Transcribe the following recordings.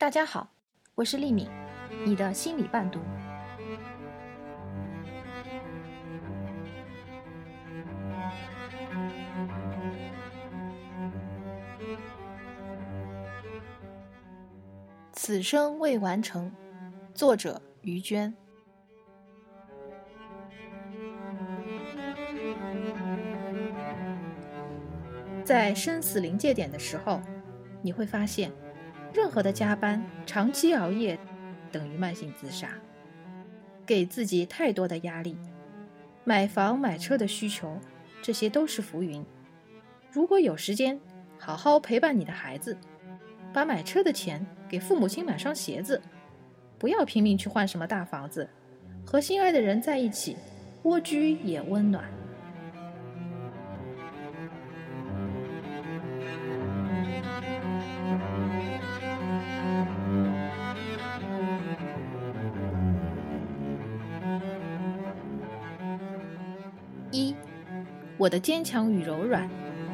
大家好，我是丽敏，你的心理伴读。此生未完成，作者于娟。在生死临界点的时候，你会发现，任何的加班、长期熬夜等于慢性自杀，给自己太多的压力，买房买车的需求，这些都是浮云。如果有时间，好好陪伴你的孩子，把买车的钱给父母亲买双鞋子，不要拼命去换什么大房子，和心爱的人在一起，蜗居也温暖。一，我的坚强与柔软。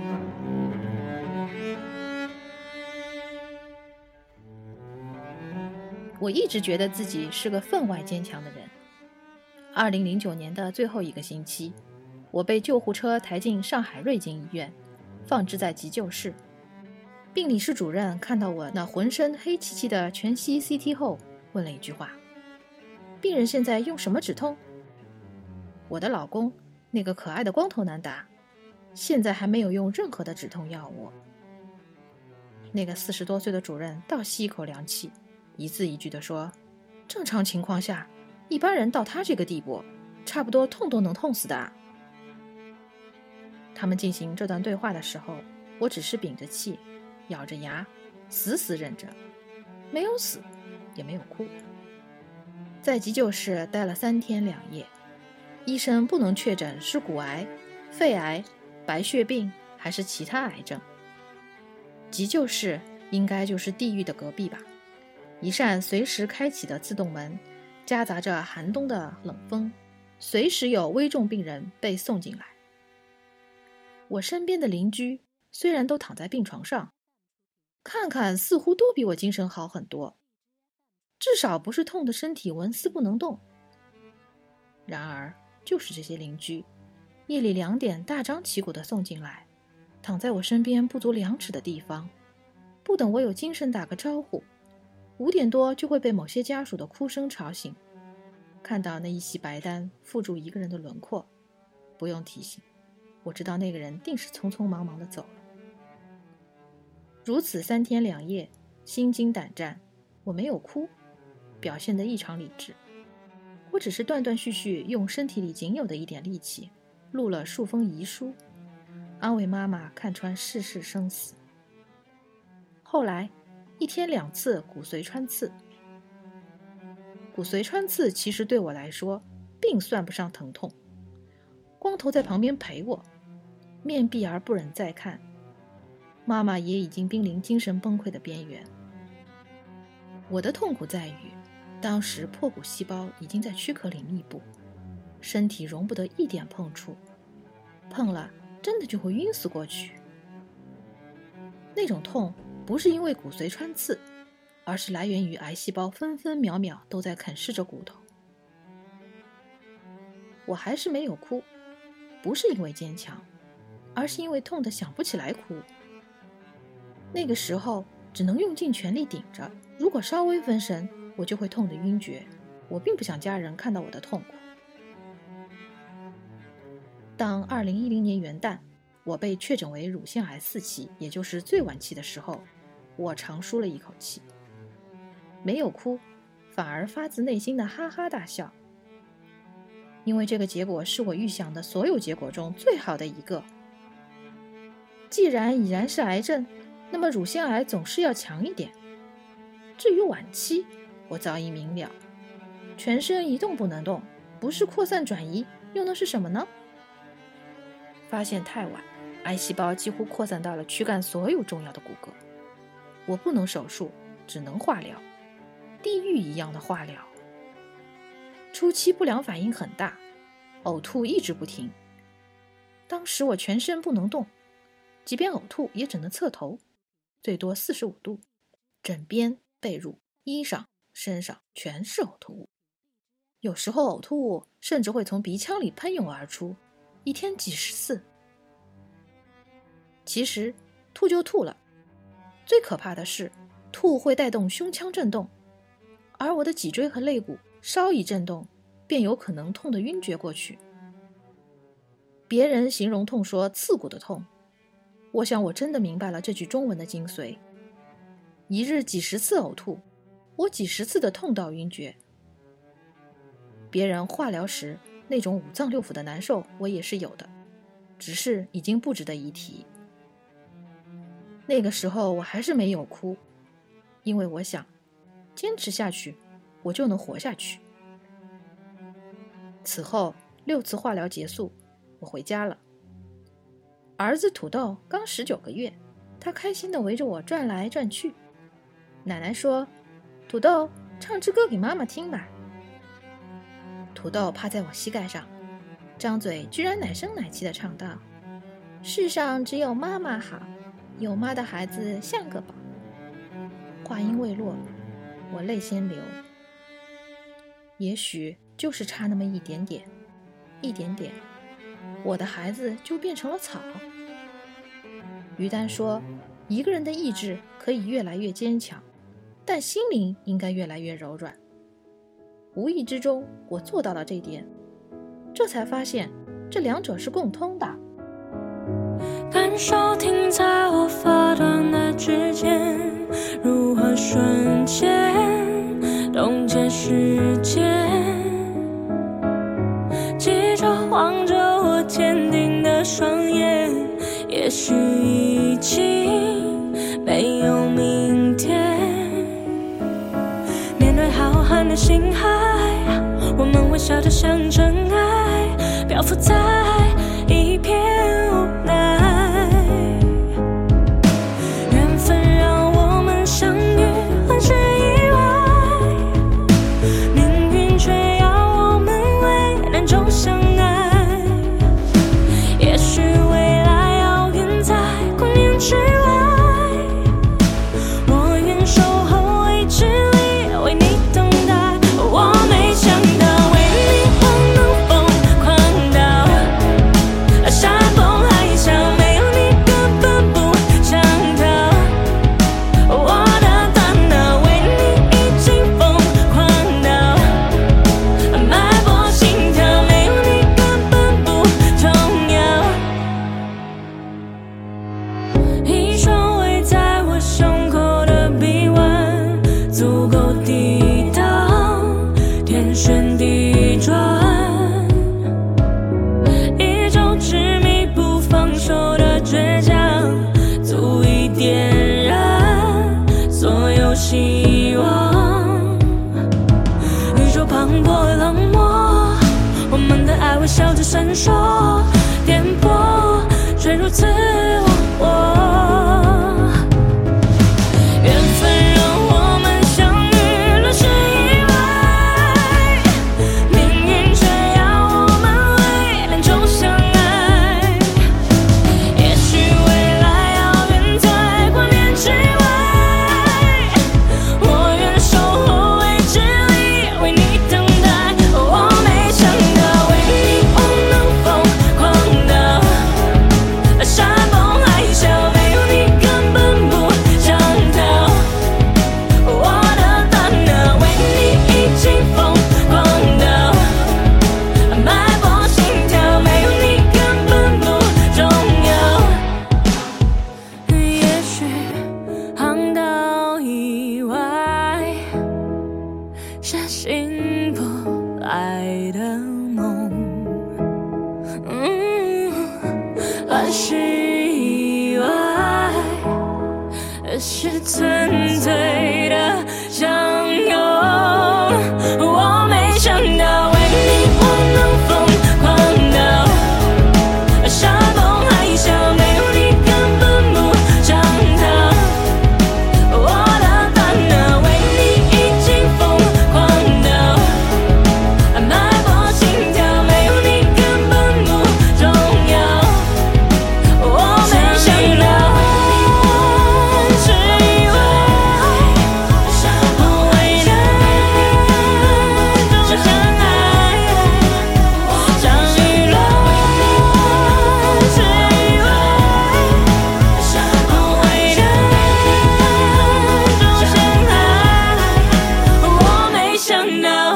我一直觉得自己是个分外坚强的人。2009年的最后一个星期，我被救护车抬进上海瑞金医院，放置在急救室。病理室主任看到我那浑身黑漆漆的全息 CT 后，问了一句话：病人现在用什么止痛？我的老公那个可爱的光头男答：现在还没有用任何的止痛药物。那个40多岁的主任倒吸一口凉气，一字一句地说：正常情况下，一般人到他这个地步，差不多痛都能痛死的。他们进行这段对话的时候，我只是屏着气，咬着牙，死死忍着，没有死，也没有哭。在急救室待了3天2夜，医生不能确诊是骨癌、肺癌、白血病还是其他癌症。急救室应该就是地狱的隔壁吧，一扇随时开启的自动门，夹杂着寒冬的冷风，随时有危重病人被送进来。我身边的邻居虽然都躺在病床上，看看似乎都比我精神好很多，至少不是痛的身体纹丝不能动。然而就是这些邻居，夜里2点大张旗鼓地送进来，躺在我身边不足2尺的地方，不等我有精神打个招呼，5点多就会被某些家属的哭声吵醒，看到那一袭白单附住一个人的轮廓，不用提醒，我知道那个人定是匆匆忙忙地走了。如此3天2夜，心惊胆战，我没有哭，表现得异常理智，我只是断断续续用身体里仅有的一点力气录了数封遗书，安慰妈妈看穿世事生死。后来1天2次骨髓穿刺。骨髓穿刺其实对我来说并算不上疼痛，光头在旁边陪我，面壁而不忍再看，妈妈也已经濒临精神崩溃的边缘。我的痛苦在于，当时破骨细胞已经在躯壳里密布，身体容不得一点碰触，碰了真的就会晕死过去。那种痛不是因为骨髓穿刺，而是来源于癌细胞分分秒秒都在啃噬着骨头。我还是没有哭，不是因为坚强，而是因为痛得想不起来哭。那个时候只能用尽全力顶着，如果稍微分神，我就会痛得晕厥。我并不想家人看到我的痛苦。当2010年元旦，我被确诊为乳腺癌4期，也就是最晚期的时候，我长舒了一口气，没有哭，反而发自内心的哈哈大笑，因为这个结果是我预想的所有结果中最好的一个。既然已然是癌症，那么乳腺癌总是要强一点。至于晚期，我早已明了，全身一动不能动，不是扩散转移，又能是什么呢？发现太晚，癌细胞几乎扩散到了躯干所有重要的骨骼。我不能手术，只能化疗，地狱一样的化疗。初期不良反应很大，呕吐一直不停。当时我全身不能动，即便呕吐也只能侧头，最多45度，枕边被褥、衣裳、身上全是呕吐物，有时候呕吐物甚至会从鼻腔里喷涌而出，一天几十次。其实吐就吐了，最可怕的是吐会带动胸腔震动，而我的脊椎和肋骨稍一震动，便有可能痛得晕厥过去。别人形容痛说刺骨的痛，我想我真的明白了这句中文的精髓。一日几十次呕吐，我几十次的痛到晕厥。别人化疗时那种五脏六腑的难受，我也是有的，只是已经不值得一提。那个时候我还是没有哭，因为我想坚持下去，我就能活下去。此后6次化疗结束，我回家了。儿子土豆刚19个月，他开心地围着我转来转去。奶奶说：“土豆，唱支歌给妈妈听吧。”土豆趴在我膝盖上，张嘴居然奶声奶气地唱道：“世上只有妈妈好，有妈的孩子像个宝。”话音未落，我泪先流。也许就是差那么一点点，一点点，我的孩子就变成了草。于丹说，一个人的意志可以越来越坚强，但心灵应该越来越柔软。无意之中，我做到了这点，这才发现这两者是共通的。 感受停在我发端的指尖，如何瞬间冻结时间，记着望着我坚定的双眼，也许已经没有明天。面对浩瀚的星海，我们微笑着像尘埃，漂浮在一片无奈。缘分让我们相遇，很是意外，命运却要我们为难中相爱。也许未来遥远在光年之外，我愿守候未知里为你等待。我没想到为你我能疯狂到山崩海啸，没有你根本不想逃。我的大脑为你已经疯狂到脉搏心跳，没有你根本不重要。一双围在我胸口的臂弯，足够抵挡天旋地转，一周执迷不放手的倔强，足以点燃所有希望。宇宙磅礴冷漠，我们的爱微笑着闪烁，颠簸却如此我。缘分让我们相遇，乱世意外，命运却要我们为难中相爱。也许未来遥远在光年之外，我愿守候未知里为你等待。我没想到为你我能疯狂到山崩海啸，没有你想到